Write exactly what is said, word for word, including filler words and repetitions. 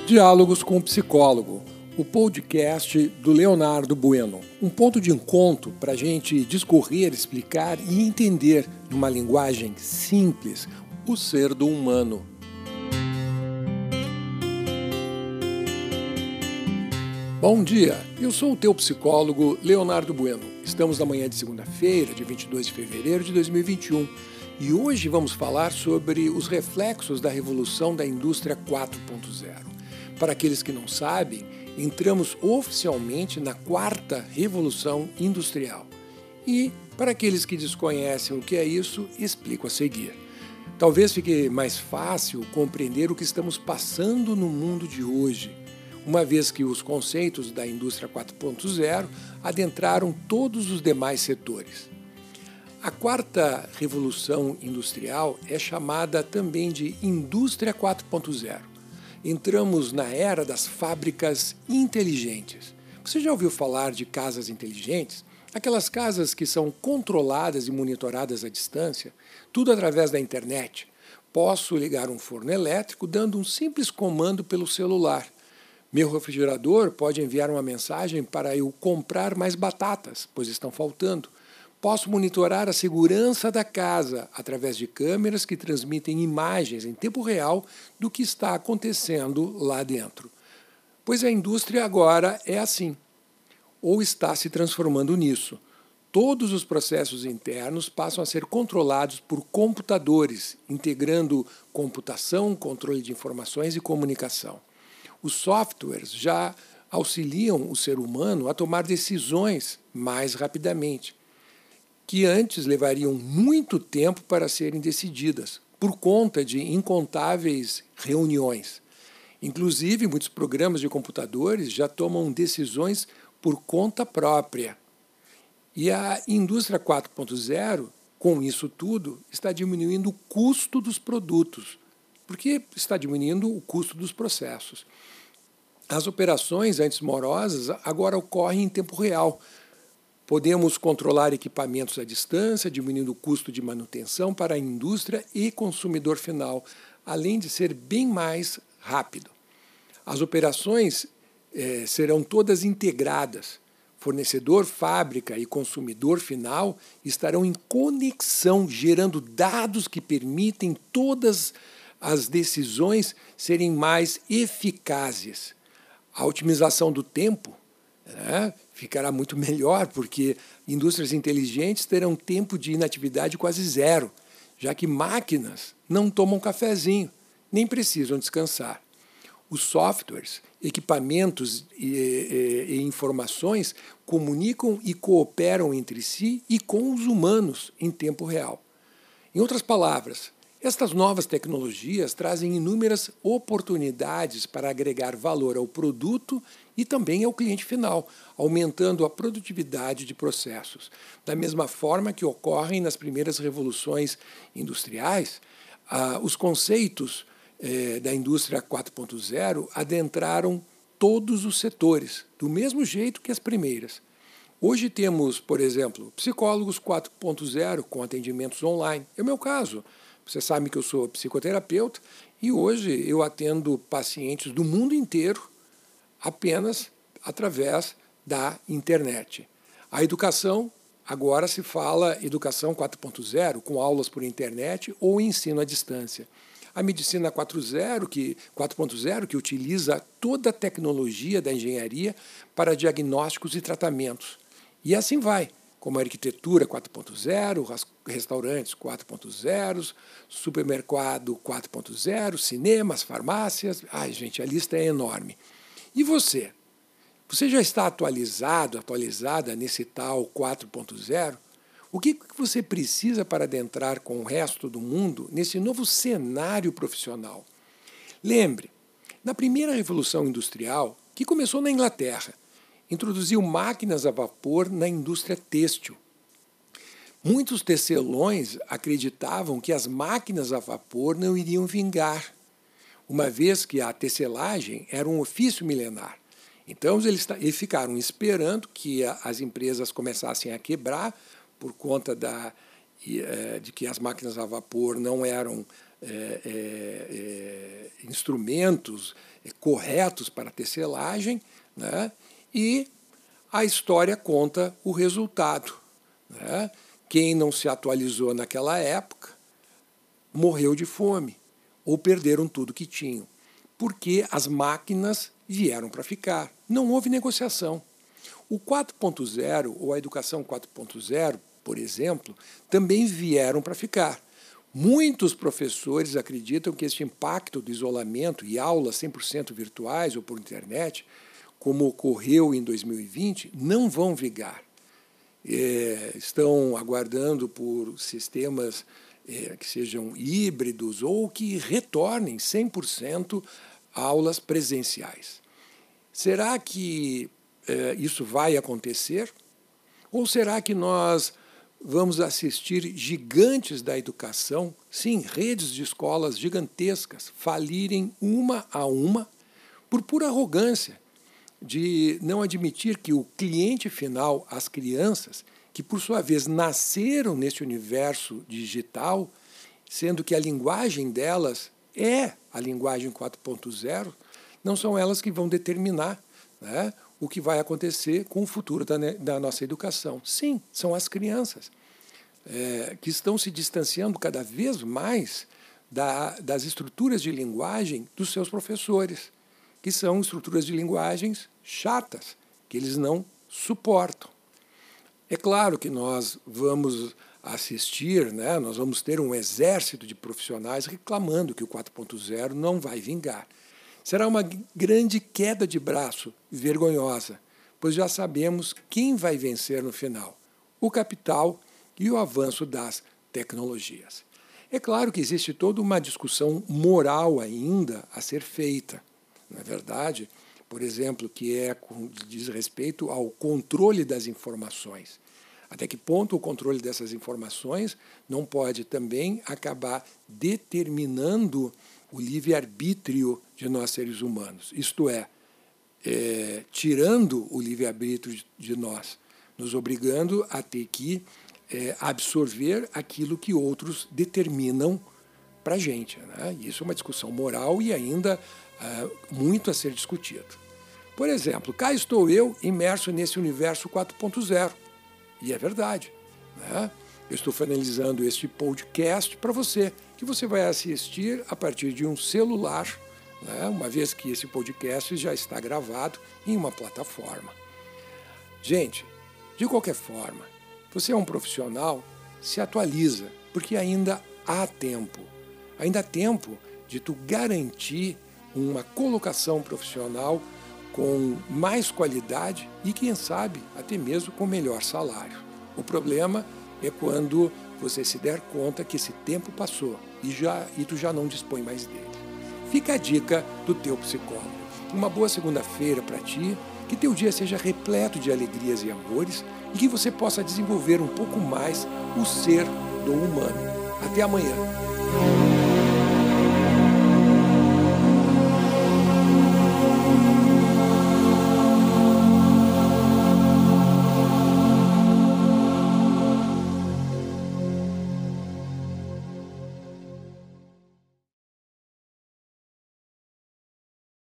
Diálogos com o Psicólogo, o podcast do Leonardo Bueno. Um ponto de encontro para a gente discorrer, explicar e entender, numa linguagem simples, o ser do humano. Bom dia, eu sou o teu psicólogo Leonardo Bueno. Estamos na manhã de segunda-feira, dia vinte e dois de fevereiro de dois mil e vinte e um, e hoje vamos falar sobre os reflexos da revolução da indústria quatro ponto zero. Para aqueles que não sabem, entramos oficialmente na quarta revolução industrial. E, para aqueles que desconhecem o que é isso, explico a seguir. Talvez fique mais fácil compreender o que estamos passando no mundo de hoje, uma vez que os conceitos da indústria quatro ponto zero adentraram todos os demais setores. A quarta revolução industrial é chamada também de indústria quatro ponto zero. Entramos na era das fábricas inteligentes. Você já ouviu falar de casas inteligentes? Aquelas casas que são controladas e monitoradas à distância, tudo através da internet. Posso ligar um forno elétrico dando um simples comando pelo celular. Meu refrigerador pode enviar uma mensagem para eu comprar mais batatas, pois estão faltando. Posso monitorar a segurança da casa através de câmeras que transmitem imagens em tempo real do que está acontecendo lá dentro. Pois a indústria agora é assim, ou está se transformando nisso. Todos os processos internos passam a ser controlados por computadores, integrando computação, controle de informações e comunicação. Os softwares já auxiliam o ser humano a tomar decisões mais rapidamente, que antes levariam muito tempo para serem decididas, por conta de incontáveis reuniões. Inclusive, muitos programas de computadores já tomam decisões por conta própria. E a indústria quatro ponto zero, com isso tudo, está diminuindo o custo dos produtos, porque está diminuindo o custo dos processos. As operações antes morosas agora ocorrem em tempo real. Podemos controlar equipamentos à distância, diminuindo o custo de manutenção para a indústria e consumidor final, além de ser bem mais rápido. As operações eh, serão todas integradas. Fornecedor, fábrica e consumidor final estarão em conexão, gerando dados que permitem todas as decisões serem mais eficazes. A otimização do tempo, né, ficará muito melhor, porque indústrias inteligentes terão tempo de inatividade quase zero, já que máquinas não tomam cafezinho, nem precisam descansar. Os softwares, equipamentos e, e, e informações comunicam e cooperam entre si e com os humanos em tempo real. Em outras palavras, estas novas tecnologias trazem inúmeras oportunidades para agregar valor ao produto e também ao cliente final, aumentando a produtividade de processos. Da mesma forma que ocorrem nas primeiras revoluções industriais, ah, os conceitos eh, da indústria quatro ponto zero adentraram todos os setores, do mesmo jeito que as primeiras. Hoje temos, por exemplo, psicólogos quatro ponto zero com atendimentos online. É o meu caso. Você sabe que eu sou psicoterapeuta e hoje eu atendo pacientes do mundo inteiro apenas através da internet. A educação, agora se fala educação quatro ponto zero, com aulas por internet ou ensino à distância. A medicina quatro ponto zero, que utiliza toda a tecnologia da engenharia para diagnósticos e tratamentos. E assim vai. Como a arquitetura quatro ponto zero, restaurantes quatro ponto zero, supermercado quatro ponto zero, cinemas, farmácias. Ai, gente, a lista é enorme. E você? Você já está atualizado, atualizada nesse tal quatro ponto zero? O que você precisa para adentrar com o resto do mundo nesse novo cenário profissional? Lembre, na primeira revolução industrial, que começou na Inglaterra, introduziu máquinas a vapor na indústria têxtil. Muitos tecelões acreditavam que as máquinas a vapor não iriam vingar, uma vez que a tecelagem era um ofício milenar. Então, eles, eles ficaram esperando que a, as empresas começassem a quebrar por conta da, de que as máquinas a vapor não eram é, é, é, instrumentos é, corretos para tecelagem, né? E a história conta o resultado, né? Quem não se atualizou naquela época morreu de fome ou perderam tudo que tinham, porque as máquinas vieram para ficar. Não houve negociação. O quatro ponto zero, ou a educação quatro ponto zero, por exemplo, também vieram para ficar. Muitos professores acreditam que este impacto do isolamento e aulas cem por cento virtuais ou por internet, como ocorreu em dois mil e vinte, não vão vingar. É, estão aguardando por sistemas é, que sejam híbridos ou que retornem cem por cento aulas presenciais. Será que é, isso vai acontecer? Ou será que nós vamos assistir gigantes da educação, sim, redes de escolas gigantescas, falirem uma a uma por pura arrogância de não admitir que o cliente final, as crianças, que por sua vez nasceram nesse universo digital, sendo que a linguagem delas é a linguagem quatro ponto zero, não são elas que vão determinar, né, o que vai acontecer com o futuro da, da nossa educação. Sim, são as crianças, é, que estão se distanciando cada vez mais da, das estruturas de linguagem dos seus professores, que são estruturas de linguagens chatas, que eles não suportam. É claro que nós vamos assistir, né, nós vamos ter um exército de profissionais reclamando que o quatro ponto zero não vai vingar. Será uma grande queda de braço, vergonhosa, pois já sabemos quem vai vencer no final: o capital e o avanço das tecnologias. É claro que existe toda uma discussão moral ainda a ser feita, não é verdade? Por exemplo, que é diz respeito ao controle das informações. Até que ponto o controle dessas informações não pode também acabar determinando o livre-arbítrio de nós seres humanos? Isto é, é tirando o livre-arbítrio de nós, nos obrigando a ter que é, absorver aquilo que outros determinam para a gente, né? Isso é uma discussão moral e ainda é, muito a ser discutido. Por exemplo, cá estou eu imerso nesse universo quatro ponto zero. E é verdade, né? Eu estou finalizando este podcast para você, que você vai assistir a partir de um celular, né? Uma vez que esse podcast já está gravado em uma plataforma. Gente, de qualquer forma, você é um profissional, se atualiza, porque ainda há tempo. Ainda há tempo de tu garantir uma colocação profissional com mais qualidade e, quem sabe, até mesmo com melhor salário. O problema é quando você se der conta que esse tempo passou e, já, e tu já não dispõe mais dele. Fica a dica do teu psicólogo. Uma boa segunda-feira para ti, que teu dia seja repleto de alegrias e amores e que você possa desenvolver um pouco mais o ser do humano. Até amanhã.